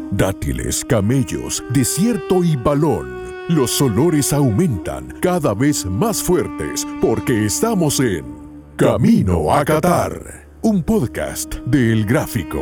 Dátiles, camellos, desierto y balón. Los olores aumentan, cada vez más fuertes, porque estamos en Camino a Qatar, un podcast de El Gráfico.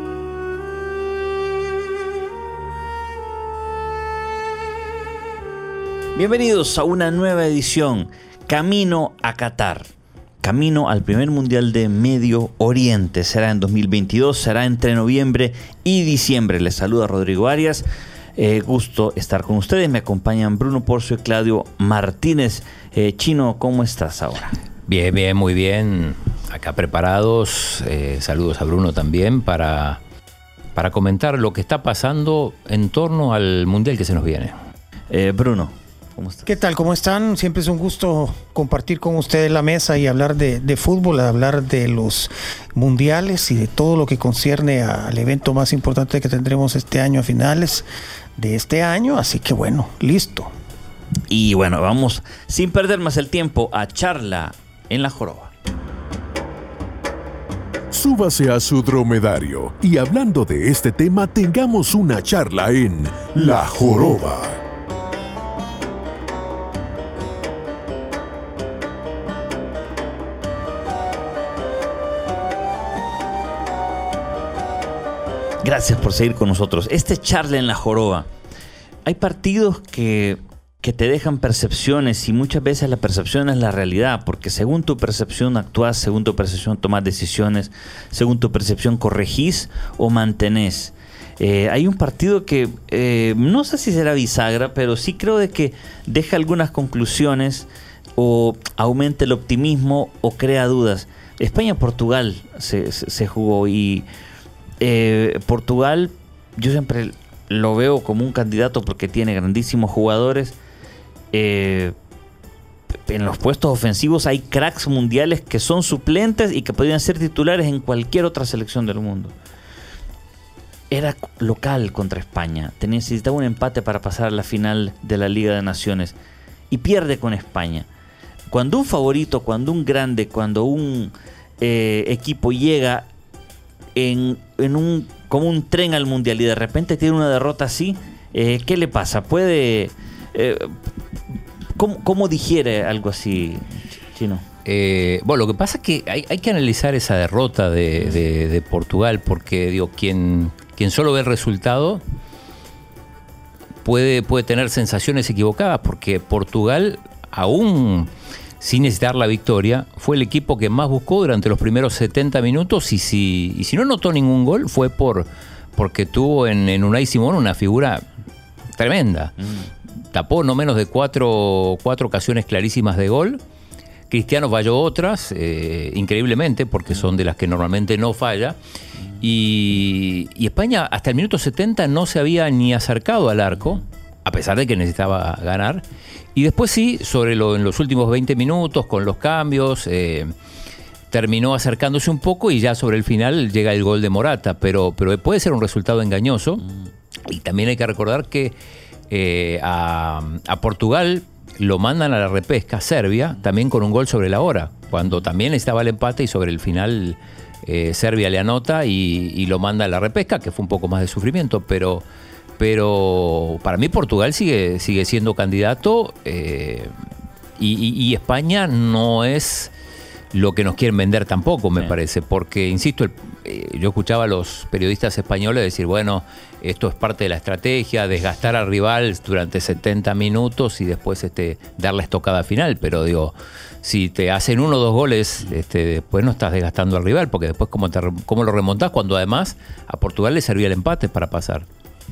Bienvenidos a una nueva edición, Camino a Qatar. Camino al primer Mundial de Medio Oriente. Será en 2022, será entre noviembre y diciembre. Les saluda Rodrigo Arias. Gusto estar con ustedes. Me acompañan Bruno Porcio y Claudio Martínez. Chino, ¿cómo estás ahora? Bien, muy bien. Acá preparados. Saludos a Bruno también para comentar lo que está pasando en torno al Mundial que se nos viene. Bruno, ¿cómo estás? ¿Qué tal? ¿Cómo están? Siempre es un gusto compartir con ustedes la mesa y hablar de fútbol, hablar de los mundiales y de todo lo que concierne al evento más importante que tendremos este año a finales de este año. Así que bueno, listo. Y bueno, vamos sin perder más el tiempo a charla en la joroba. Súbase a su dromedario y hablando de este tema tengamos una charla en La Joroba. Gracias por seguir con nosotros. Este charla en la joroba. Hay partidos que te dejan percepciones y muchas veces la percepción es la realidad, porque según tu percepción actúas, según tu percepción tomas decisiones, según tu percepción corregís o mantenés. Hay un partido que no sé si será bisagra, pero sí creo de que deja algunas conclusiones o aumenta el optimismo o crea dudas. España-Portugal se jugó y Portugal yo siempre lo veo como un candidato porque tiene grandísimos jugadores. En los puestos ofensivos hay cracks mundiales que son suplentes y que podrían ser titulares en cualquier otra selección del mundo. Era local contra España, necesitaba un empate para pasar a la final de la Liga de Naciones y pierde con España. Cuando un favorito, cuando un grande, cuando un equipo llega como un tren al mundial y de repente tiene una derrota así, ¿qué le pasa? ¿Cómo digiere algo así, Chino? Bueno, lo que pasa es que hay que analizar esa derrota de Portugal, porque digo, quien solo ve el resultado puede tener sensaciones equivocadas, porque Portugal, aún sin necesitar la victoria, fue el equipo que más buscó durante los primeros 70 minutos y si no anotó ningún gol fue porque tuvo en Unai Simón una figura tremenda. Tapó no menos de cuatro ocasiones clarísimas de gol. Cristiano falló otras, increíblemente, porque son de las que normalmente no falla. Y España hasta el minuto 70 no se había ni acercado al arco, a pesar de que necesitaba ganar. Y después sí, en los últimos 20 minutos, con los cambios, terminó acercándose un poco y ya sobre el final llega el gol de Morata. Pero puede ser un resultado engañoso. Y también hay que recordar que a Portugal lo mandan a la repesca, Serbia, también con un gol sobre la hora, cuando también estaba el empate y sobre el final Serbia le anota y lo manda a la repesca, que fue un poco más de sufrimiento, pero para mí Portugal sigue siendo candidato y España no es lo que nos quieren vender tampoco, me parece, porque, insisto, yo escuchaba a los periodistas españoles decir, bueno, esto es parte de la estrategia, desgastar al rival durante 70 minutos y después dar la estocada final, pero digo, si te hacen 1 o 2 goles, después no estás desgastando al rival, porque después ¿cómo lo remontás cuando además a Portugal le servía el empate para pasar?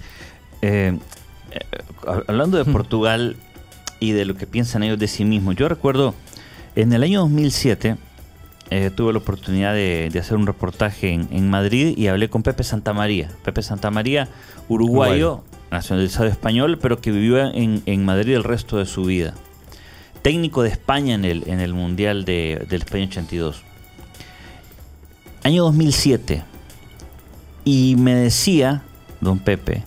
Hablando de Portugal y de lo que piensan ellos de sí mismos, yo recuerdo en el año 2007 tuve la oportunidad de hacer un reportaje en Madrid y hablé con Pepe Santamaría. Pepe Santamaría, uruguayo, nacionalizado español, pero que vivió en Madrid el resto de su vida. Técnico de España en el Mundial del España 82. Año 2007. Y me decía, don Pepe,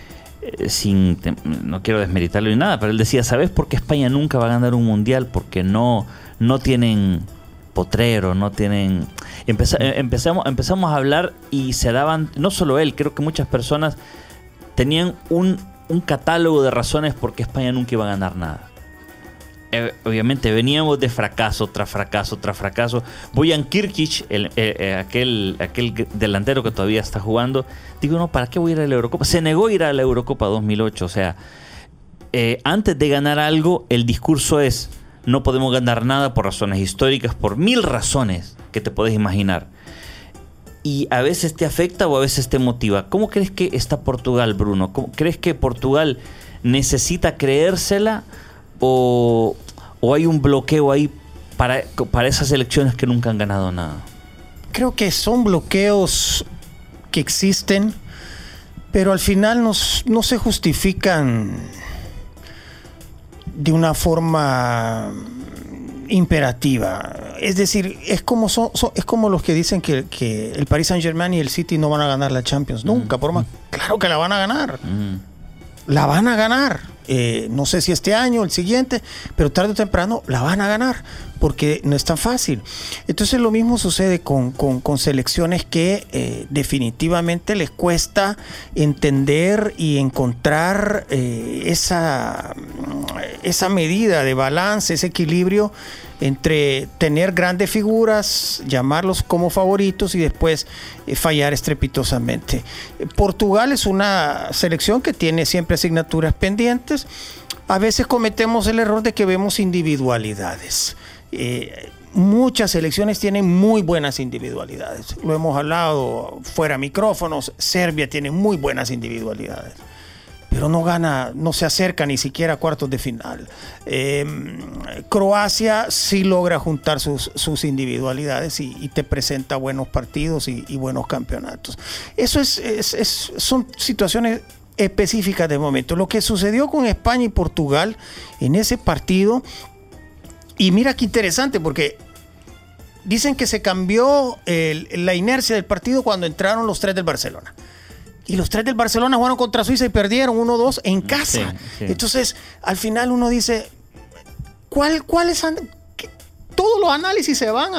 no quiero desmeritarlo ni nada, pero él decía, ¿sabes por qué España nunca va a ganar un mundial? Porque no tienen potrero, no tienen... Empezamos a hablar y se daban, no solo él, creo que muchas personas tenían un catálogo de razones por qué España nunca iba a ganar nada. Obviamente veníamos de fracaso tras fracaso tras fracaso. Bojan Kirkic, aquel delantero que todavía está jugando, digo, no, ¿para qué voy a ir a la Eurocopa? Se negó a ir a la Eurocopa 2008. O sea, antes de ganar algo, el discurso es: no podemos ganar nada por razones históricas, por 1000 razones que te puedes imaginar. Y a veces te afecta o a veces te motiva. ¿Cómo crees que está Portugal, Bruno? ¿Crees que Portugal necesita creérsela o hay un bloqueo ahí para esas selecciones que nunca han ganado nada? Creo que son bloqueos que existen, pero al final no se justifican de una forma imperativa. Es decir, es como los que dicen que el Paris Saint-Germain y el City no van a ganar la Champions nunca, por más. Claro que la van a ganar. La van a ganar. No sé si este año o el siguiente, pero tarde o temprano la van a ganar, porque no es tan fácil. Entonces lo mismo sucede con selecciones que definitivamente les cuesta entender y encontrar esa medida de balance, ese equilibrio entre tener grandes figuras, llamarlos como favoritos y después fallar estrepitosamente. Portugal es una selección que tiene siempre asignaturas pendientes. A veces cometemos el error de que vemos individualidades. Muchas selecciones tienen muy buenas individualidades. Lo hemos hablado fuera micrófonos. Serbia tiene muy buenas individualidades, pero no gana, no se acerca ni siquiera a cuartos de final. Croacia sí logra juntar sus individualidades y te presenta buenos partidos y buenos campeonatos. Eso son situaciones específicas de momento. Lo que sucedió con España y Portugal en ese partido, y mira qué interesante, porque dicen que se cambió la inercia del partido cuando entraron los 3 del Barcelona. Y los 3 del Barcelona jugaron contra Suiza y perdieron 1-2 en casa. Sí. Entonces, al final uno dice, ¿cuáles todos los análisis se van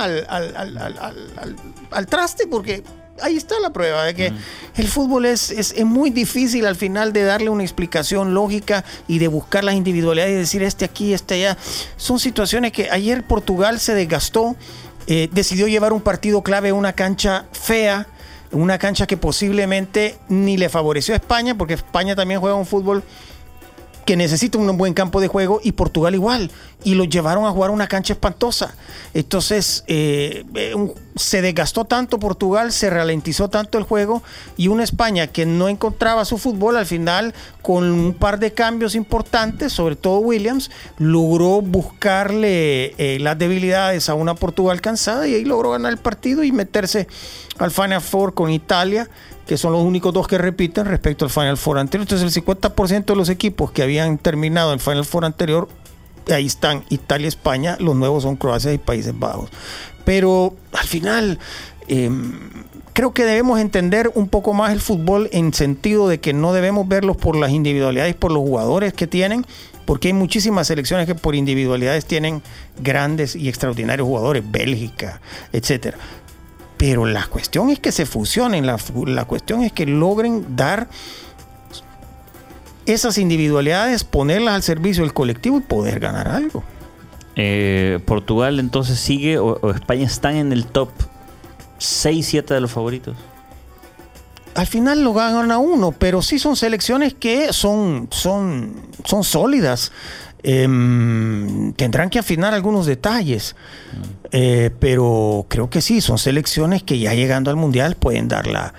al traste? Porque ahí está la prueba de que el fútbol es muy difícil al final de darle una explicación lógica y de buscar las individualidades y decir este aquí, este allá. Son situaciones que ayer Portugal se desgastó, decidió llevar un partido clave a una cancha fea, una cancha que posiblemente ni le favoreció a España, porque España también juega un fútbol que necesita un buen campo de juego, y Portugal igual, y los llevaron a jugar una cancha espantosa. Entonces se desgastó tanto Portugal, se ralentizó tanto el juego, y una España que no encontraba su fútbol, al final con un par de cambios importantes, sobre todo Williams, logró buscarle las debilidades a una Portugal cansada, y ahí logró ganar el partido y meterse al Final Four con Italia, que son los únicos 2 que repiten respecto al Final Four anterior. Entonces el 50% de los equipos que habían terminado el Final Four anterior, ahí están Italia, España, los nuevos son Croacia y Países Bajos. Pero al final creo que debemos entender un poco más el fútbol, en sentido de que no debemos verlos por las individualidades, por los jugadores que tienen, porque hay muchísimas selecciones que por individualidades tienen grandes y extraordinarios jugadores, Bélgica, etcétera. Pero la cuestión es que se fusionen, la cuestión es que logren dar esas individualidades, ponerlas al servicio del colectivo y poder ganar algo. ¿Portugal entonces sigue o España están en el top 6-7 de los favoritos? Al final lo gana uno, pero sí son selecciones que son sólidas. Tendrán que afinar algunos detalles, pero creo que sí, son selecciones que ya llegando al Mundial pueden dar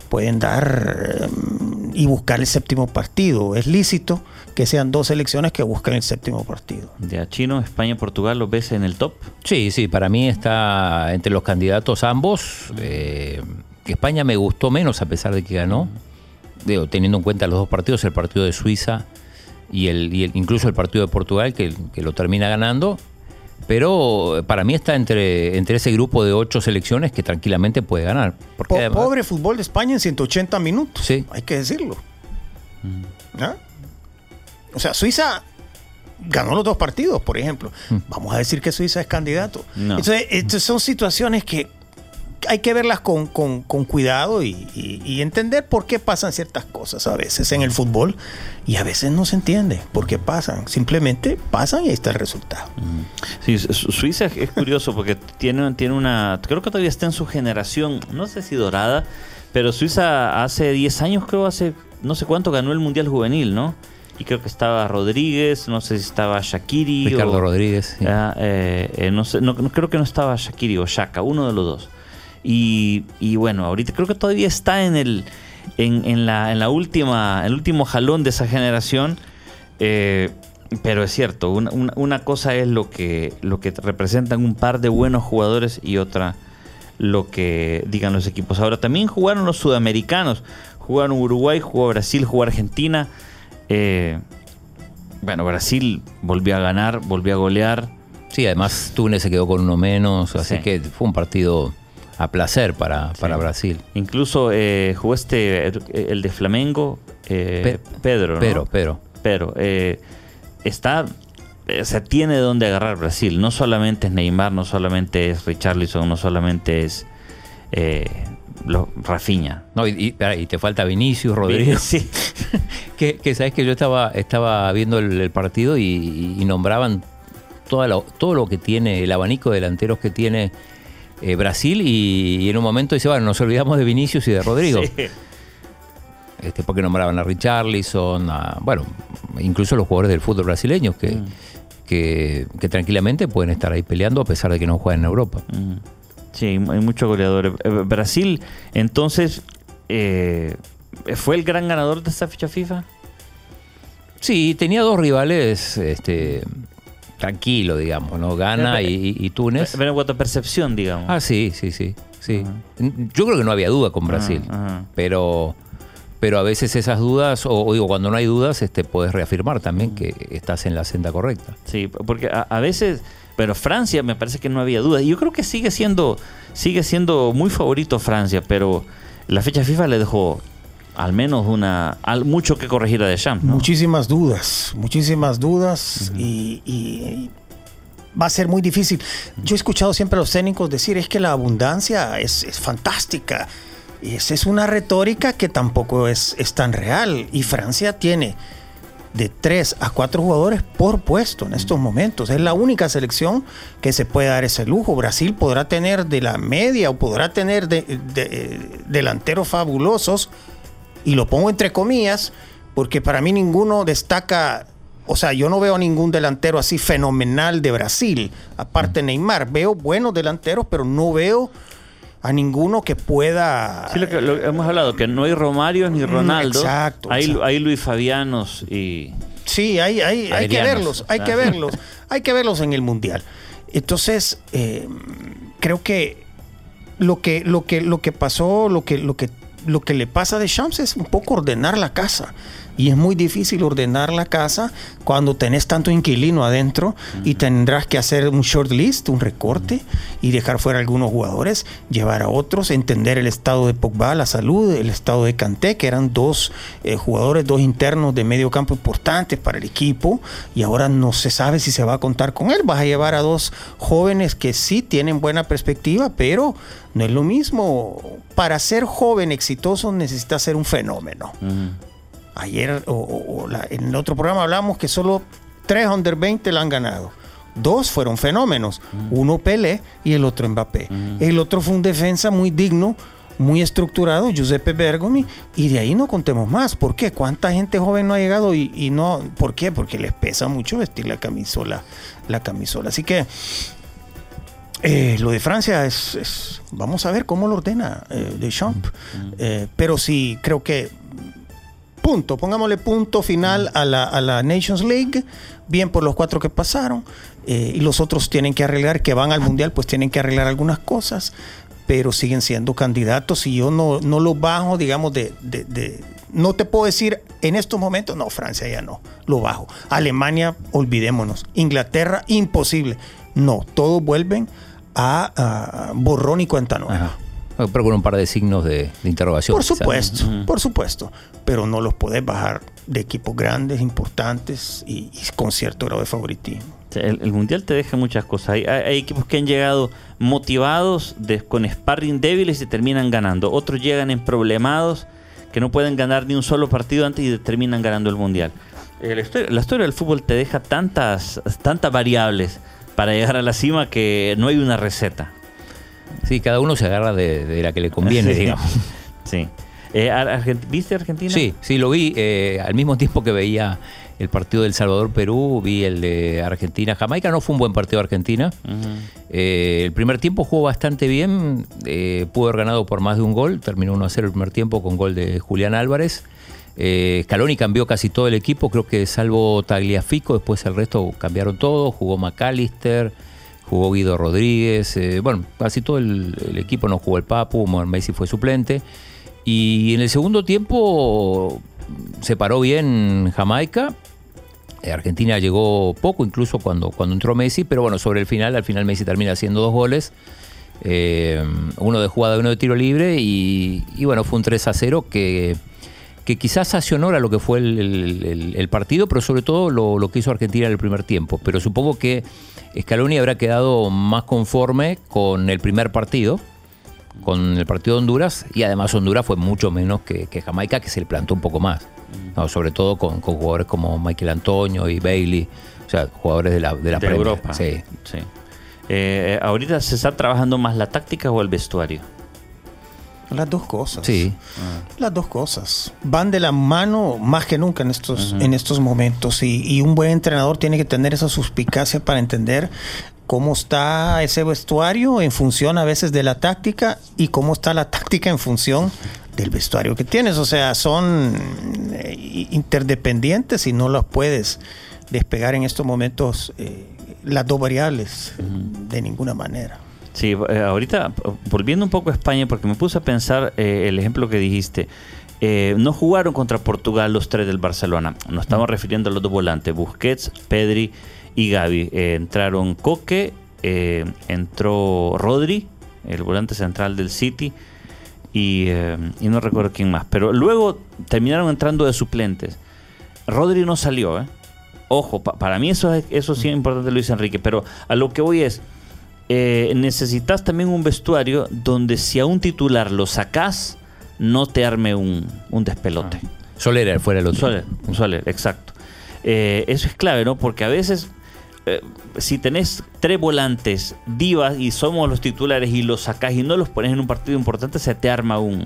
y buscar el séptimo partido. Es lícito que sean 2 selecciones que buscan el séptimo partido. Ya, Chino, España, Portugal, ¿los ves en el top? Sí, para mí está entre los candidatos ambos. España me gustó menos a pesar de que ganó, teniendo en cuenta los 2 partidos, el partido de Suiza y incluso el partido de Portugal, que lo termina ganando. Pero para mí está entre ese grupo de 8 selecciones que tranquilamente puede ganar. Porque además, pobre fútbol de España en 180 minutos, sí, hay que decirlo. ¿Ah? O sea, Suiza ganó los 2 partidos, por ejemplo. Vamos a decir que Suiza es candidato. No. Entonces, estas son situaciones que hay que verlas con cuidado y entender por qué pasan ciertas cosas a veces en el fútbol, y a veces no se entiende por qué pasan. Simplemente pasan y ahí está el resultado. Sí, Suiza es curioso porque tiene una... Creo que todavía está en su generación, no sé si dorada, pero Suiza hace 10 años, creo, hace no sé cuánto, ganó el Mundial Juvenil, ¿no? Y creo que estaba Rodríguez, no sé si estaba Shaqiri. Ricardo Rodríguez. Sí. No sé, creo que no estaba Shaqiri o Xhaka, uno de los dos. Y bueno, ahorita creo que todavía está en el último jalón de esa generación. Pero es cierto, una cosa es lo que representan un par de buenos jugadores y otra lo que digan los equipos. Ahora también jugaron los sudamericanos, jugaron Uruguay, jugó Brasil, jugó Argentina. Bueno, Brasil volvió a ganar, volvió a golear. Sí, además Túnez se quedó con uno menos, así que fue un partido a placer para Brasil. Incluso jugó el de Flamengo, Pedro, ¿no? Pedro. Tiene donde agarrar Brasil. No solamente es Neymar, no solamente es Richarlison, no solamente es Rafinha. No, y te falta Vinicius, Rodríguez. Sí. que sabes que yo estaba viendo el partido y nombraban todo lo que tiene, el abanico de delanteros que tiene Brasil, y en un momento dice, bueno, nos olvidamos de Vinicius y de Rodrigo. Sí. Porque nombraban a Richarlison, bueno, incluso los jugadores del fútbol brasileño que tranquilamente pueden estar ahí peleando a pesar de que no juegan en Europa. Sí, hay muchos goleadores. Brasil, entonces, ¿fue el gran ganador de esta fecha FIFA? Sí, tenía dos rivales tranquilo, digamos, ¿no? Ghana y Túnez. Pero en cuanto a percepción, digamos. Ah, sí. Yo creo que no había duda con Brasil, pero a veces esas dudas, o digo, cuando no hay dudas, podés reafirmar también que estás en la senda correcta. Sí, porque a veces, pero Francia me parece que no había dudas. Y yo creo que sigue siendo muy favorito Francia, pero la fecha FIFA le dejó al menos mucho que corregir a Deschamps, ¿no? Muchísimas dudas y va a ser muy difícil. Yo he escuchado siempre a los técnicos decir es que la abundancia es fantástica. Y esa es una retórica que tampoco es tan real. Y Francia tiene de 3 a 4 jugadores por puesto en estos momentos. Es la única selección que se puede dar ese lujo. Brasil podrá tener de la media o podrá tener delanteros fabulosos. Y lo pongo entre comillas porque para mí ninguno destaca. O sea, yo no veo ningún delantero así fenomenal de Brasil. Aparte de Neymar. Veo buenos delanteros, pero no veo a ninguno que pueda... Sí, lo hemos hablado, que no hay Romario ni Ronaldo. Exacto. Hay Luis Fabianos y... Sí, hay que verlos, hay que verlos en el Mundial. Entonces, creo que lo que pasó, lo que le pasa a Deschamps es un poco ordenar la casa. Y es muy difícil ordenar la casa cuando tenés tanto inquilino adentro y tendrás que hacer un short list, un recorte y dejar fuera algunos jugadores, llevar a otros, entender el estado de Pogba, la salud, el estado de Kanté, que eran dos jugadores, dos internos de medio campo importantes para el equipo, y ahora no se sabe si se va a contar con él. Vas a llevar a dos jóvenes que sí tienen buena perspectiva, pero no es lo mismo. Para ser joven exitoso necesitas ser un fenómeno. Ayer en el otro programa hablamos que solo 3 under 20 la han ganado. 2 fueron fenómenos. Uno Pelé y el otro Mbappé. El otro fue un defensa muy digno, muy estructurado, Giuseppe Bergomi, y de ahí no contemos más. ¿Por qué? ¿Cuánta gente joven no ha llegado y no? ¿Por qué? Porque les pesa mucho vestir la camisola. Así que lo de Francia es vamos a ver cómo lo ordena Deschamps. Pero sí, creo que pongámosle punto final a la Nations League, bien por los 4 que pasaron, y los otros tienen que arreglar, que van al Mundial, pues tienen que arreglar algunas cosas, pero siguen siendo candidatos, y yo no los bajo, digamos, no te puedo decir en estos momentos, no, Francia ya no, lo bajo. Alemania, olvidémonos. Inglaterra, imposible. No, todos vuelven a borrón y cuenta nueva. Pero con un par de signos de interrogación. Por supuesto, pero no los podés bajar de equipos grandes, importantes y con cierto grado de favoritismo. El Mundial te deja muchas cosas. Hay equipos que han llegado motivados, con sparring débiles y terminan ganando. Otros llegan emproblemados, que no pueden ganar ni un solo partido antes y terminan ganando el Mundial. La historia del fútbol te deja tantas variables para llegar a la cima que no hay una receta. Sí, cada uno se agarra de la que le conviene, digamos. Sí. ¿Viste Argentina? Sí, lo vi. Al mismo tiempo que veía el partido del Salvador-Perú, vi el de Argentina-Jamaica. No fue un buen partido de Argentina. Uh-huh. El primer tiempo jugó bastante bien. Pudo haber ganado por más de un gol. Terminó 1-0 el primer tiempo con gol de Julián Álvarez. Scaloni cambió casi todo el equipo, creo que salvo Tagliafico, después el resto cambiaron todo. Jugó McAllister, jugó Guido Rodríguez, casi todo el equipo. No jugó el Papu, Messi fue suplente. Y en el segundo tiempo se paró bien Jamaica. Argentina llegó poco, incluso cuando entró Messi, pero bueno, al final Messi termina haciendo 2 goles. Uno de jugada y uno de tiro libre. Y bueno, fue un 3-0 que quizás hace honor a lo que fue el partido, pero sobre todo lo que hizo Argentina en el primer tiempo. Pero supongo que Scaloni habrá quedado más conforme con el primer partido, con el partido de Honduras, y además Honduras fue mucho menos que Jamaica, que se le plantó un poco más, ¿no? Sobre todo con jugadores como Michael Antonio y Bailey, o sea, jugadores de la Premier. Europa. Sí. ¿Ahorita se está trabajando más la táctica o el vestuario? Las dos cosas. Sí. Las dos cosas. Van de la mano más que nunca en estos momentos. Y un buen entrenador tiene que tener esa suspicacia para entender cómo está ese vestuario en función a veces de la táctica y cómo está la táctica en función del vestuario que tienes. O sea, son interdependientes y no las puedes despegar en estos momentos las dos variables de ninguna manera. Sí, ahorita volviendo un poco a España, porque me puse a pensar el ejemplo que dijiste. No jugaron contra Portugal los 3 del Barcelona. Nos estamos refiriendo a los 2 volantes, Busquets, Pedri y Gavi. Entraron Coque, entró Rodri, el volante central del City, y no recuerdo quién más. Pero luego terminaron entrando de suplentes. Rodri no salió, Ojo, para mí eso sí es importante, Luis Enrique, pero a lo que voy es... necesitas también un vestuario donde si a un titular lo sacás, no te arme un despelote. Soler fuera el otro. Soler, exacto. Eso es clave, ¿no? Porque a veces, si tenés 3 volantes divas y somos los titulares y los sacás y no los pones en un partido importante, se te arma un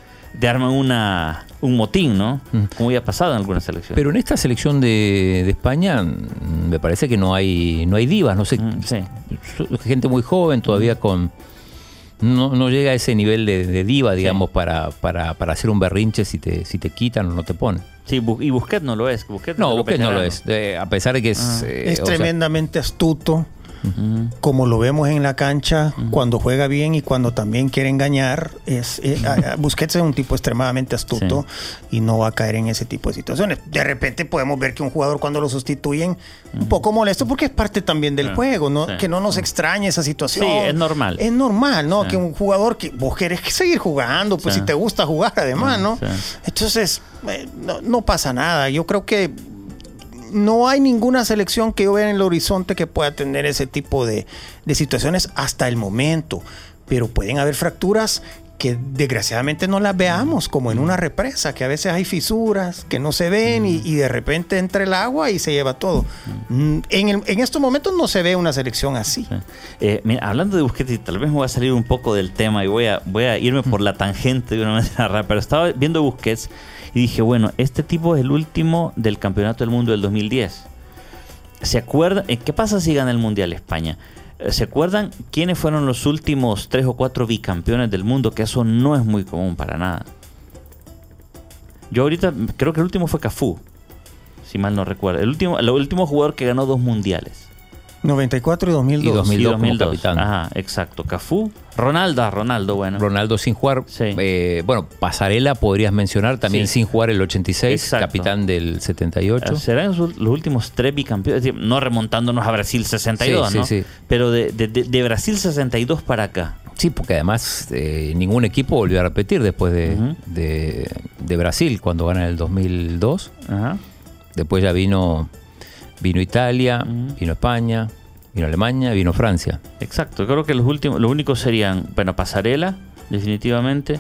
motín, ¿no? Como ya ha pasado en algunas selecciones. Pero en esta selección de España me parece que no hay divas, no sé, sí. Gente muy joven todavía no llega a ese nivel de diva, digamos, sí, para hacer un berrinche si te quitan o no te ponen. Sí, y Busquets no lo es. Busquets no lo es, a pesar de que es tremendamente astuto. Como lo vemos en la cancha, cuando juega bien y cuando también quiere engañar. Busquets es un tipo extremadamente astuto, sí, y no va a caer en ese tipo de situaciones. De repente podemos ver que un jugador, cuando lo sustituyen, un poco molesto, porque es parte también del juego, ¿no? Sí. Que no nos extrañe esa situación. Sí, es normal. Es normal, ¿no? Sí. Que un jugador que vos querés seguir jugando, pues, sí, si te gusta jugar además, ¿no? Sí. Entonces, no pasa nada. Yo creo que no hay ninguna selección que yo vea en el horizonte que pueda tener ese tipo de situaciones hasta el momento. Pero pueden haber fracturas que desgraciadamente no las veamos, como en una represa, que a veces hay fisuras que no se ven y de repente entra el agua y se lleva todo. En estos momentos no se ve una selección así. Sí. Mira, hablando de Busquets, tal vez me voy a salir un poco del tema y voy a irme por la tangente de una manera rara, pero estaba viendo Busquets y dije, bueno, este tipo es el último del Campeonato del Mundo del 2010. ¿Se acuerdan? ¿Qué pasa si gana el Mundial España? ¿Se acuerdan quiénes fueron los últimos 3 o 4 bicampeones del mundo? Que eso no es muy común para nada. Yo ahorita creo que el último fue Cafú, si mal no recuerdo. El último jugador que ganó 2 mundiales. 94 y 2002. Y 2002 como capitán. Ajá, exacto. Cafú. Ronaldo, bueno. Ronaldo sin jugar. Sí. Bueno, Pasarela podrías mencionar también, sí, sin jugar el 86, exacto, capitán del 78. Serán los últimos 3 bicampeones, no remontándonos a Brasil 62, sí, ¿no? Sí, sí. Pero de Brasil 62 para acá. Sí, porque además ningún equipo volvió a repetir después de Brasil, cuando gana el 2002. Ajá. Después ya vino Vino Italia, vino España, vino Alemania, vino Francia. Exacto, creo que los únicos serían, bueno, Pasarela, definitivamente,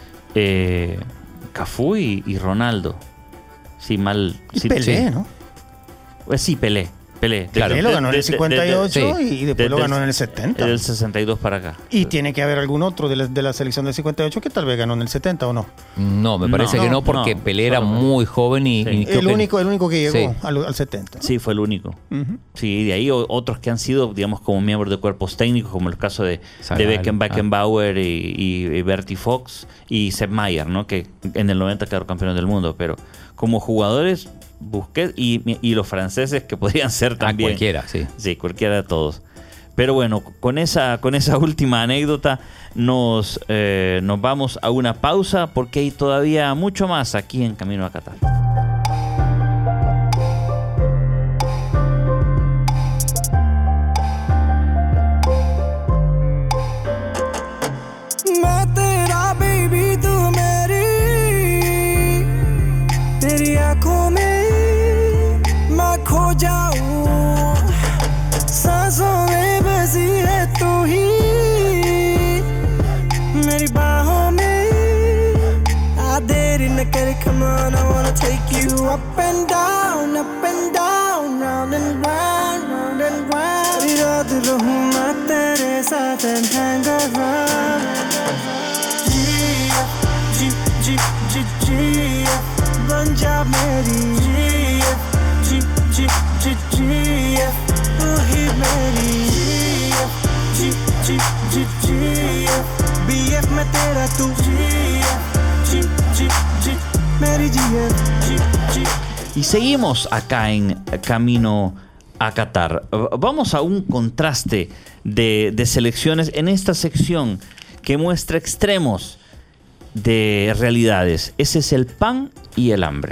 Cafú y Ronaldo. Sí, mal. Y sí, Pelé, sí. ¿no? Sí, Pelé. Claro. Pelé lo ganó en el 58 sí. y después lo ganó en el 70. Del 62 para acá. Y tiene que haber algún otro de la selección del 58 que tal vez ganó en el 70 o no. No, me parece que no, porque Pelé era muy joven y Sí. creo El único que llegó Sí. al 70. Sí, fue el único. Ujú. Sí, y de ahí otros que han sido, digamos, como miembros de cuerpos técnicos, como el caso de Zagal, Beckenbauer y Bertie Fox y Sepp Maier, ¿no? Que en el 90 quedaron campeones del mundo. Pero como jugadores, Busquets y los franceses, que podrían ser también. cualquiera, sí. Sí, cualquiera de todos. Pero bueno, con esa última anécdota nos vamos a una pausa, porque hay todavía mucho más aquí en Camino a Qatar. Come on, I wanna take you up and down, round and round, round and round. याद रहूं मैं तेरे साथ and hang around. G बन जा मेरी G तू ही मेरी G BF में तेरा तू Y seguimos acá en Camino a Qatar. Vamos a un contraste de selecciones en esta sección que muestra extremos de realidades. Ese es el pan y el hambre.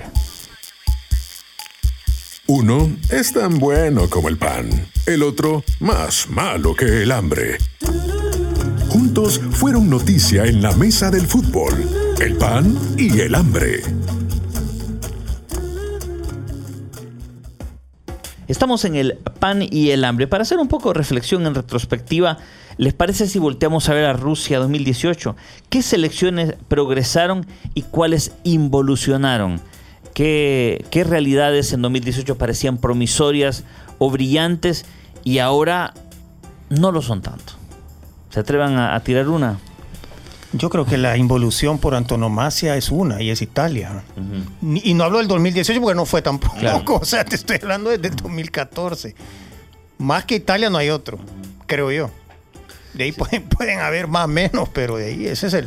Uno es tan bueno como el pan, el otro más malo que el hambre. Juntos fueron noticia en la mesa del fútbol, el pan y el hambre. Estamos en el pan y el hambre. Para hacer un poco de reflexión en retrospectiva, ¿les parece si volteamos a ver a Rusia 2018? ¿Qué selecciones progresaron y cuáles involucionaron? ¿Qué realidades en 2018 parecían promisorias o brillantes y ahora no lo son tanto? ¿Se atrevan a tirar una? Yo creo que la involución por antonomasia es una, y es Italia. Uh-huh. Y no hablo del 2018 porque no fue tampoco. Claro. O sea, te estoy hablando desde el 2014. Más que Italia no hay otro, creo yo. De ahí pueden haber más o menos, pero de ahí ese es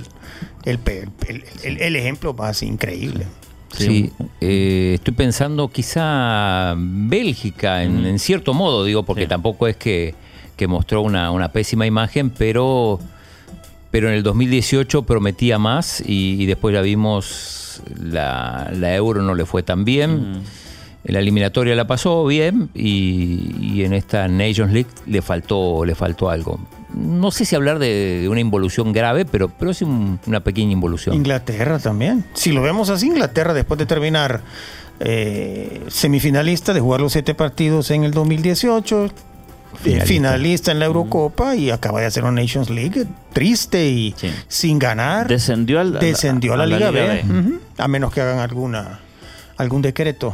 el ejemplo más increíble. Sí, estoy pensando quizá Bélgica, en cierto modo, digo, porque tampoco es que mostró una pésima imagen, pero en el 2018 prometía más y después la vimos, la Euro no le fue tan bien. En la eliminatoria la pasó bien y en esta Nations League le faltó algo. No sé si hablar de una involución grave, pero sí una pequeña involución. Inglaterra también. Si lo vemos así, Inglaterra después de terminar semifinalista, de jugar los 7 partidos en el 2018, finalista en la Eurocopa y acaba de hacer una Nations League triste y sin ganar. Descendió a la Liga B. Uh-huh. A menos que hagan algún decreto.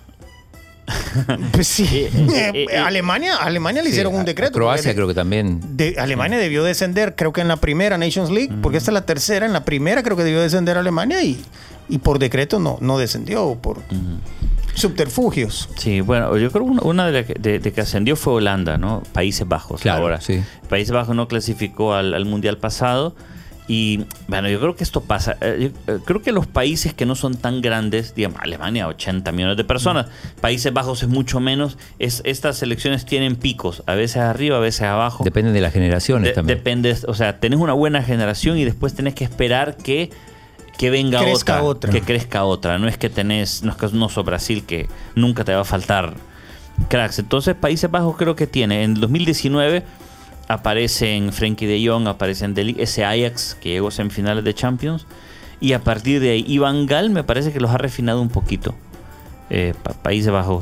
Pues sí. Alemania le hicieron un decreto. Croacia creo que también. Alemania debió descender, creo que en la primera Nations League, porque esta es la tercera. En la primera creo que debió descender Alemania y por decreto no descendió, por subterfugios. Sí, bueno, yo creo que una de que ascendió fue Holanda, ¿no? Países Bajos. Claro, ahora. Sí. Países Bajos no clasificó al Mundial pasado. Y bueno, yo creo que esto pasa. Creo que los países que no son tan grandes, digamos, Alemania, 80 millones de personas, Países Bajos es mucho menos. Estas selecciones tienen picos, a veces arriba, a veces abajo. Depende de las generaciones también. Depende, o sea, tenés una buena generación y después tenés que esperar que venga otra. Que crezca otra. No es que no sos Brasil, que nunca te va a faltar cracks. Entonces, Países Bajos creo que tiene. En 2019 aparecen Frenkie de Jong, aparecen ese Ajax que llegó a semifinales de Champions, y a partir de ahí Van Gaal me parece que los ha refinado un poquito. Países Bajos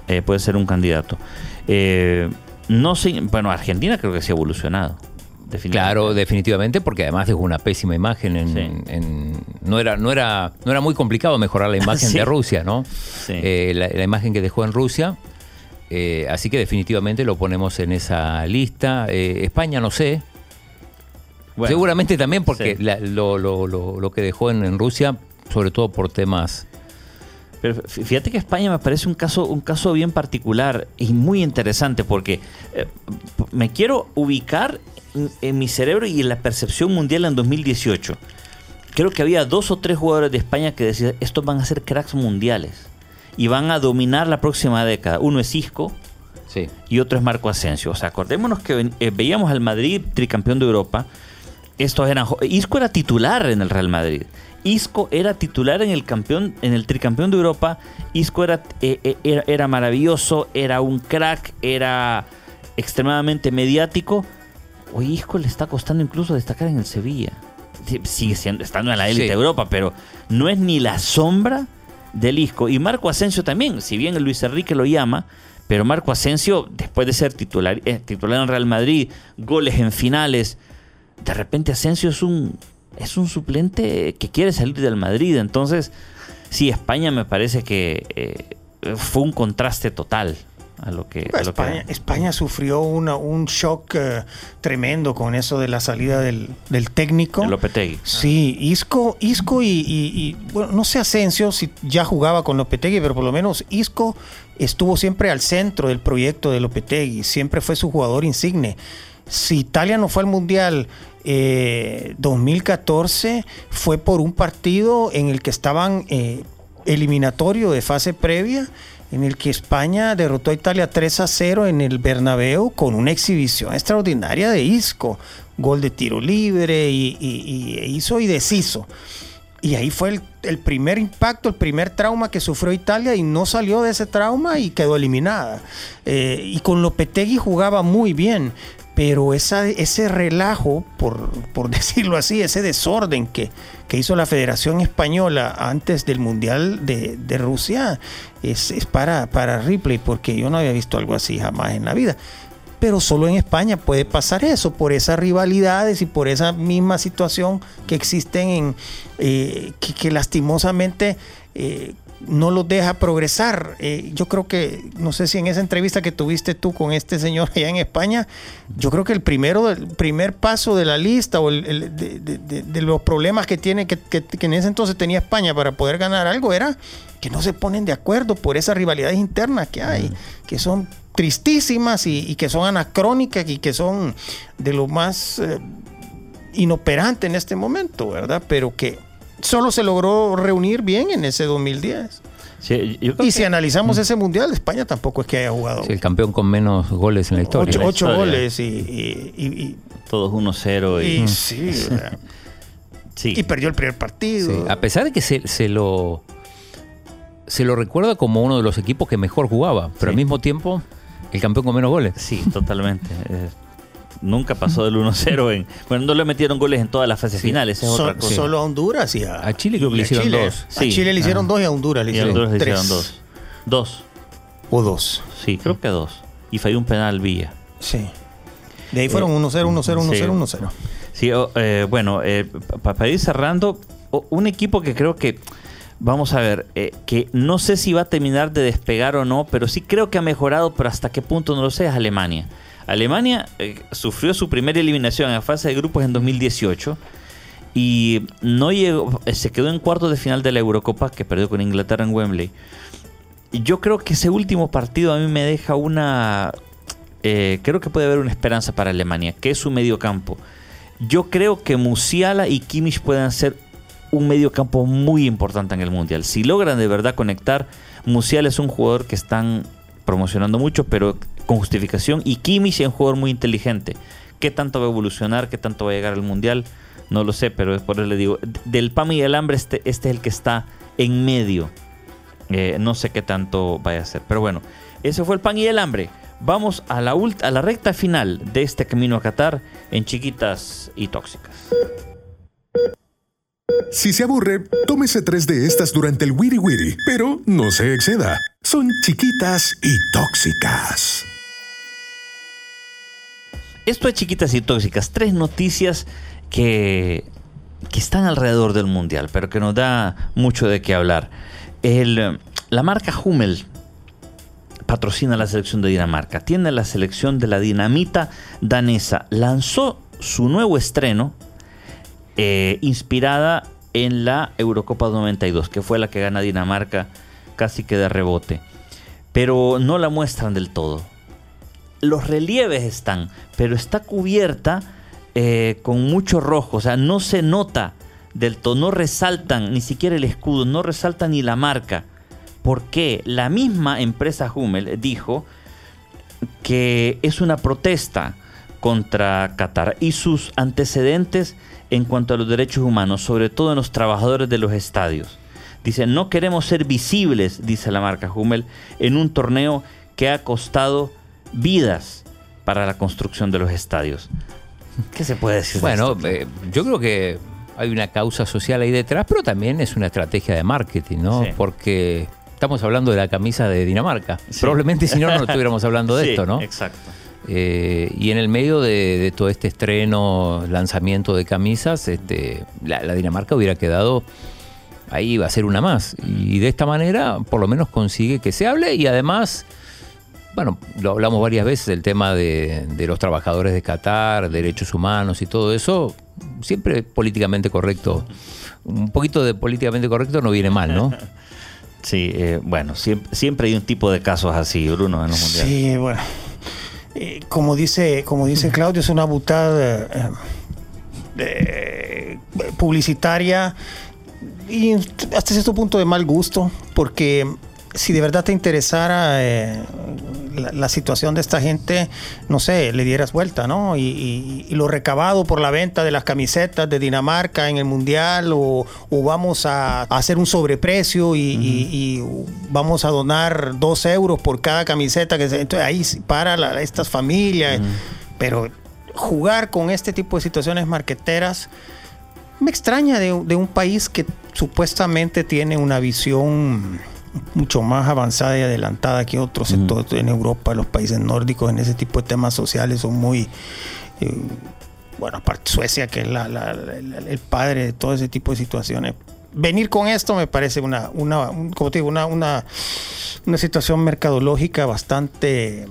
puede ser un candidato. No sé, bueno, Argentina creo que sí ha evolucionado. Claro, definitivamente, porque además dejó una pésima imagen. No era muy complicado mejorar la imagen Sí. de Rusia, ¿no? Sí. La imagen que dejó en Rusia. Así que definitivamente lo ponemos en esa lista. España no sé. Bueno, Seguramente también porque sí. lo que dejó en Rusia, sobre todo por temas... Pero fíjate que España me parece un caso bien particular y muy interesante porque me quiero ubicar en mi cerebro y en la percepción mundial en 2018. Creo que había 2 o 3 jugadores de España que decían, estos van a ser cracks mundiales y van a dominar la próxima década. Uno es Isco Sí. y otro es Marco Asensio. O sea, acordémonos que veíamos al Madrid tricampeón de Europa. Isco era titular en el Real Madrid. Isco era titular en el tricampeón de Europa. Isco era maravilloso, era un crack, era extremadamente mediático. Hoy Isco le está costando incluso destacar en el Sevilla. Sigue estando en la élite de Europa, pero no es ni la sombra del Isco. Y Marco Asensio también, si bien Luis Enrique lo llama, pero Marco Asensio, después de ser titular en Real Madrid, goles en finales, de repente Asensio es un suplente que quiere salir del Madrid. Entonces, sí, España me parece que fue un contraste total a lo que... España sufrió un shock tremendo con eso de la salida del técnico. De Lopetegui. Sí, Isco y bueno, no sé Asensio si ya jugaba con Lopetegui, pero por lo menos Isco estuvo siempre al centro del proyecto de Lopetegui, siempre fue su jugador insigne. Si Italia no fue al Mundial 2014, fue por un partido en el que estaban eliminatorio de fase previa, en el que España derrotó a Italia 3-0 en el Bernabéu con una exhibición extraordinaria de Isco, gol de tiro libre y hizo y deshizo. Y ahí fue el primer impacto, el primer trauma que sufrió Italia y no salió de ese trauma y quedó eliminada. Y con Lopetegui jugaba muy bien, pero ese relajo, por decirlo así, ese desorden que hizo la Federación Española antes del Mundial de Rusia es para Ripley, porque yo no había visto algo así jamás en la vida. Pero solo en España puede pasar eso, por esas rivalidades y por esa misma situación que existen que lastimosamente no los deja progresar. Yo creo que, no sé si en esa entrevista que tuviste tú con este señor allá en España, yo creo que el primer paso de la lista o de los problemas que tiene que en ese entonces tenía España para poder ganar algo era que no se ponen de acuerdo por esas rivalidades internas que hay, que son tristísimas y que son anacrónicas y que son de lo más inoperante en este momento, ¿verdad? Pero que solo se logró reunir bien en ese 2010. Sí, y si analizamos ese Mundial, España tampoco es que haya jugado. Sí, el campeón con menos goles en la historia. 8 goles y todos 1-0 sí, sí. Y perdió el primer partido. Sí, a pesar de que se lo recuerda como uno de los equipos que mejor jugaba, pero al mismo tiempo el campeón con menos goles. Sí, totalmente. Nunca pasó del 1-0 bueno, no le metieron goles en todas las fases finales, es otra cosa. Solo a Honduras y a Chile creo que le hicieron 2. Sí. A Chile le hicieron 2 y a Honduras le hicieron 3. 2. O 2. Sí, creo que 2. Y falló un penal Villa. Sí. De ahí fueron 1-0, 1-0, 1-0, 1-0. Sí, bueno, para ir cerrando, un equipo que creo que, vamos a ver, que no sé si va a terminar de despegar o no, pero sí creo que ha mejorado, pero hasta qué punto no lo sé, es Alemania. Alemania sufrió su primera eliminación en la fase de grupos en 2018 y no llegó, se quedó en cuartos de final de la Eurocopa, que perdió con Inglaterra en Wembley. Y yo creo que ese último partido a mí me deja creo que puede haber una esperanza para Alemania, que es su mediocampo. Yo creo que Musiala y Kimmich pueden ser un mediocampo muy importante en el Mundial. Si logran de verdad conectar, Musiala es un jugador que están promocionando mucho, pero con justificación, y Kimmich es un jugador muy inteligente. ¿Qué tanto va a evolucionar? ¿Qué tanto va a llegar al Mundial? No lo sé, pero por eso le digo, del pan y el hambre este es el que está en medio. No sé qué tanto vaya a ser, pero bueno, ese fue el pan y el hambre. Vamos a la recta final de este camino a Qatar en Chiquitas y Tóxicas. Si se aburre, tómese 3 de estas durante el Wiri Wiri, pero no se exceda. Son chiquitas y tóxicas. Esto es Chiquitas y Tóxicas. 3 noticias que están alrededor del Mundial, pero que nos da mucho de qué hablar. La marca Hummel patrocina la selección de Dinamarca. Tiene la selección de la dinamita danesa. Lanzó su nuevo estreno inspirada en la Eurocopa 92, que fue la que gana Dinamarca casi que de rebote. Pero no la muestran del todo. Los relieves están, pero está cubierta con mucho rojo. O sea, no se nota del todo, no resaltan ni siquiera el escudo, no resalta ni la marca. Porque la misma empresa Hummel dijo que es una protesta contra Qatar y sus antecedentes en cuanto a los derechos humanos, sobre todo en los trabajadores de los estadios. Dice, no queremos ser visibles, dice la marca Hummel, en un torneo que ha costado vidas para la construcción de los estadios. ¿Qué se puede decir? Bueno, de esto? yo creo que hay una causa social ahí detrás, pero también es una estrategia de marketing, ¿no? Sí. Porque estamos hablando de la camisa de Dinamarca. Sí. Probablemente si no, no estuviéramos hablando de esto, ¿no? Exacto. Y en el medio de todo este estreno, lanzamiento de camisas, la Dinamarca hubiera quedado ahí, va a ser una más. Y de esta manera, por lo menos consigue que se hable y además, bueno, lo hablamos varias veces, el tema de los trabajadores de Qatar, derechos humanos y todo eso, siempre políticamente correcto. Un poquito de políticamente correcto no viene mal, ¿no? Sí, bueno, siempre hay un tipo de casos así, Bruno, en los mundiales. Sí, bueno. Como dice Claudio, es una butada publicitaria y hasta cierto punto de mal gusto, porque si de verdad te interesara la situación de esta gente, no sé, le dieras vuelta, ¿no? Y lo recabado por la venta de las camisetas de Dinamarca en el Mundial, o vamos a hacer un sobreprecio y vamos a donar 2 euros por cada camiseta. Entonces ahí para estas familias. Pero jugar con este tipo de situaciones marqueteras me extraña de un país que supuestamente tiene una visión mucho más avanzada y adelantada que otros sectores en Europa. Los países nórdicos en ese tipo de temas sociales son muy bueno, aparte Suecia, que es el padre de todo ese tipo de situaciones. Venir con esto me parece como te digo, una situación mercadológica bastante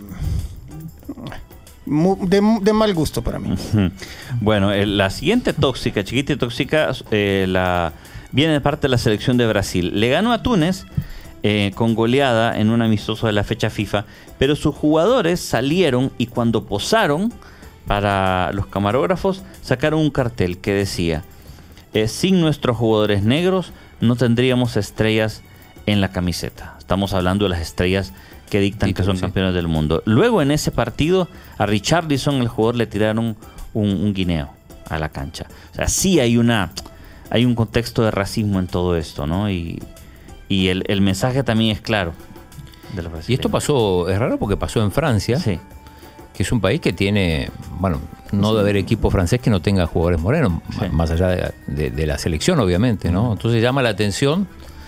de mal gusto para mí. Bueno, la siguiente tóxica, chiquita y tóxica, viene de parte de la selección de Brasil. Le ganó a Túnez con goleada en un amistoso de la fecha FIFA, pero sus jugadores salieron y cuando posaron para los camarógrafos sacaron un cartel que decía: sin nuestros jugadores negros no tendríamos estrellas en la camiseta. Estamos hablando de las estrellas que dictan que son campeones del mundo. Luego en ese partido a Richarlison, el jugador, le tiraron un guineo a la cancha. O sea, sí hay un contexto de racismo en todo esto, ¿no? Y el mensaje también es claro de los brasileños. Y esto pasó, es raro porque pasó en Francia, sí, que es un país que tiene, bueno, no debe haber equipo francés que no tenga jugadores morenos, sí, más allá de la selección, obviamente, ¿no? Entonces llama la atención.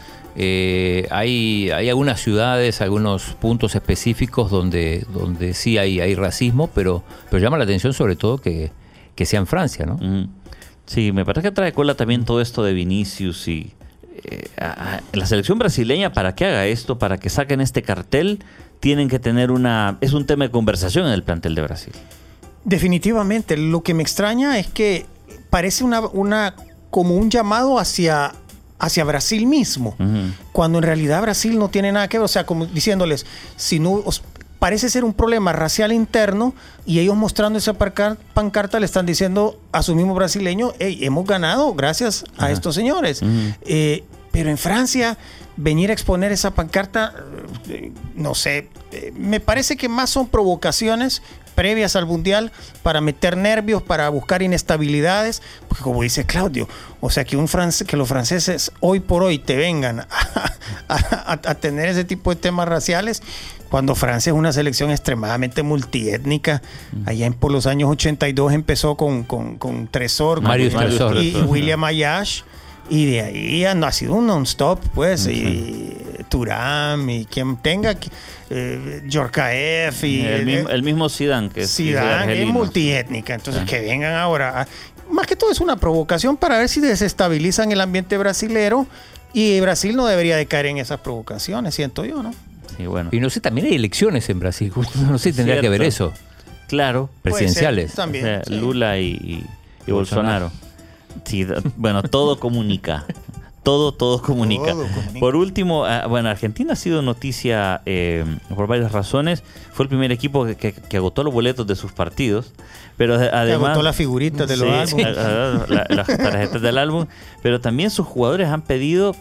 Hay algunas ciudades, algunos puntos específicos donde sí hay racismo, pero llama la atención sobre todo que sea en Francia, ¿no? Sí, me parece que trae cola también todo esto de Vinicius y la selección brasileña, para que haga esto, para que saquen este cartel, tienen que tener es un tema de conversación en el plantel de Brasil. Definitivamente, lo que me extraña es que parece como un llamado hacia Brasil mismo, cuando en realidad Brasil no tiene nada que ver. O sea, como diciéndoles, si no parece ser un problema racial interno, y ellos mostrando esa pancarta le están diciendo a su mismo brasileño: hey, hemos ganado gracias a estos señores. Pero en Francia, venir a exponer esa pancarta, no sé, me parece que más son provocaciones previas al Mundial para meter nervios, para buscar inestabilidades, porque como dice Claudio, o sea, que los franceses hoy por hoy te vengan a tener ese tipo de temas raciales, cuando Francia es una selección extremadamente multiétnica. Allá por los años 82 empezó con Tresor, Marius Tresor y William Ayash, y de ahí ha sido un non-stop, pues. Y Thuram y quien tenga Djorkaeff y el mismo Zidane, que Zidane es multiétnica, entonces que vengan ahora. Más que todo es una provocación para ver si desestabilizan el ambiente brasilero, y Brasil no debería de caer en esas provocaciones, siento yo, ¿no? Sí, bueno. Y no sé, también hay elecciones en Brasil, no sé, tendría que ver eso. Claro. Presidenciales. También, o sea, sí. Lula y Bolsonaro. Sí, bueno, todo comunica. Todo comunica. Todo comunica. Por último, bueno, Argentina ha sido noticia por varias razones. Fue el primer equipo que agotó los boletos de sus partidos, pero además agotó las figuritas de los álbumes. las tarjetas del álbum, pero también sus jugadores han pedido,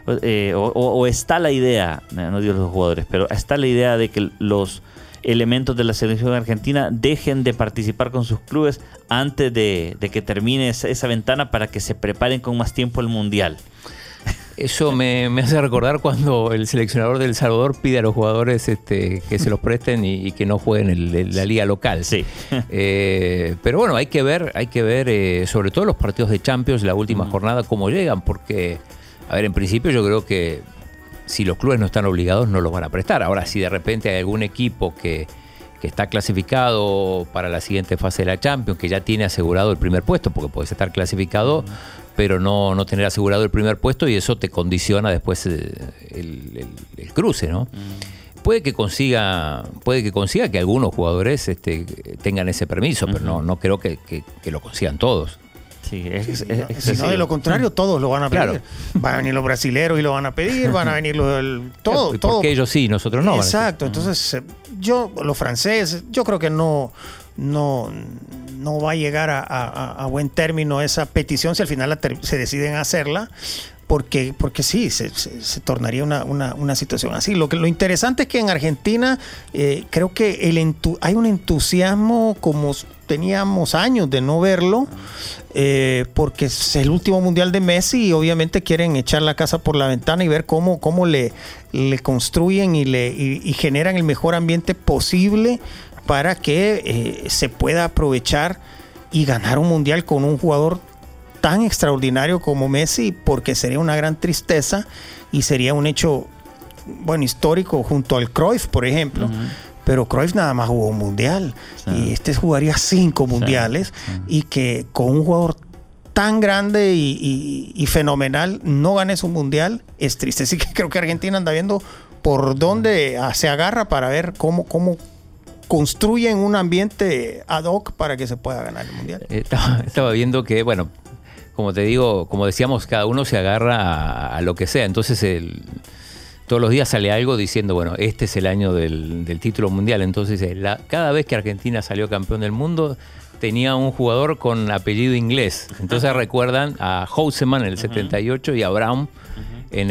o está la idea, no digo los jugadores, pero está la idea de que los elementos de la selección argentina dejen de participar con sus clubes antes de que termine esa ventana, para que se preparen con más tiempo el Mundial. Eso me hace recordar cuando el seleccionador de El Salvador pide a los jugadores que se los presten y que no jueguen en la liga local. Sí. Pero bueno, hay que ver sobre todo los partidos de Champions, la última jornada, cómo llegan, porque, a ver, en principio yo creo que si los clubes no están obligados, no los van a prestar. Ahora, si de repente hay algún equipo que está clasificado para la siguiente fase de la Champions, que ya tiene asegurado el primer puesto, porque puedes estar clasificado, pero no tener asegurado el primer puesto, y eso te condiciona después el cruce, ¿no? Puede que consiga que algunos jugadores tengan ese permiso, pero no creo que lo consigan todos. Sí, Si no, de lo contrario, todos lo van a pedir. Claro. Van a venir los brasileros y lo van a pedir, van a venir todo. Porque ellos sí, nosotros no. Exacto, entonces los franceses, yo creo que no va a llegar a buen término esa petición si al final se deciden hacerla, porque sí, se tornaría una situación así. Lo interesante es que en Argentina creo que hay un entusiasmo como teníamos años de no verlo, porque es el último mundial de Messi y obviamente quieren echar la casa por la ventana y ver cómo le construyen y generan el mejor ambiente posible para que se pueda aprovechar y ganar un mundial con un jugador tan extraordinario como Messi, porque sería una gran tristeza y sería un hecho, bueno, histórico junto al Cruyff, por ejemplo. Pero Cruyff nada más jugó un mundial, y jugaría 5 mundiales, y que con un jugador tan grande y fenomenal no ganes un mundial es triste. Así que creo que Argentina anda viendo por dónde se agarra para ver cómo construyen un ambiente ad hoc para que se pueda ganar el mundial. Estaba viendo que, bueno, como te digo, como decíamos, cada uno se agarra a lo que sea. Entonces todos los días sale algo diciendo, bueno, este es el año del título mundial. Entonces cada vez que Argentina salió campeón del mundo, tenía un jugador con apellido inglés. Entonces recuerdan a Houseman en el 78 y a Brown en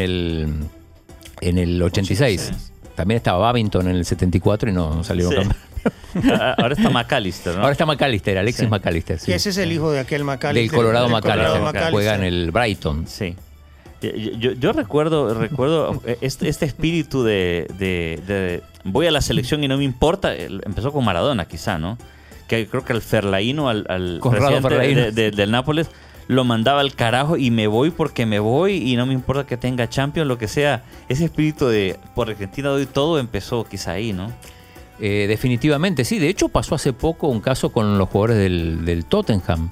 el 86. También estaba Babington en el 74 y no salió campeón. Ahora está McAllister, ¿no? Ahora está McAllister, Alexis McAllister. Sí. Y ese es el hijo de aquel McAllister. Del Colorado McAllister, McAllister. juega en el Brighton. Sí. Yo recuerdo este espíritu de voy a la selección y no me importa. Empezó con Maradona, quizá, ¿no? Que creo que al Ferlaino, al presidente del Nápoles, lo mandaba al carajo y me voy porque me voy y no me importa que tenga Champions, lo que sea. Ese espíritu de por Argentina doy todo empezó quizá ahí, ¿no? Definitivamente, sí. De hecho, pasó hace poco un caso con los jugadores del Tottenham.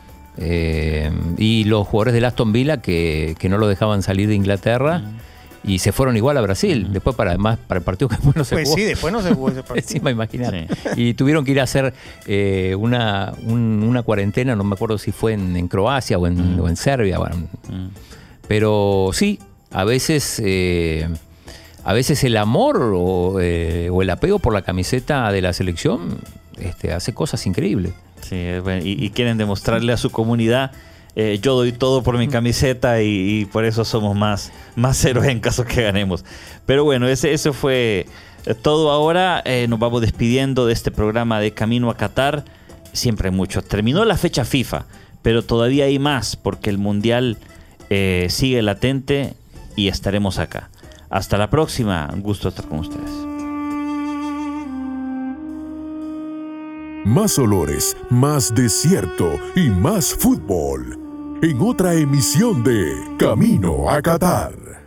Y los jugadores del Aston Villa que no lo dejaban salir de Inglaterra y se fueron igual a Brasil. Después para el partido que después no se jugó. Pues sí, después no se jugó ese partido. Encima, imagínate. Sí. Y tuvieron que ir a hacer una cuarentena, no me acuerdo si fue en Croacia o en Serbia. Bueno. Pero sí, a veces el amor o el apego por la camiseta de la selección hace cosas increíbles. Sí, y quieren demostrarle a su comunidad, yo doy todo por mi camiseta y por eso somos más héroes en caso que ganemos. Pero bueno, eso fue todo ahora. Nos vamos despidiendo de este programa de Camino a Qatar. Siempre hay mucho. Terminó la fecha FIFA, pero todavía hay más porque el Mundial sigue latente y estaremos acá. Hasta la próxima. Un gusto estar con ustedes. Más olores, más desierto y más fútbol. En otra emisión de Camino a Qatar.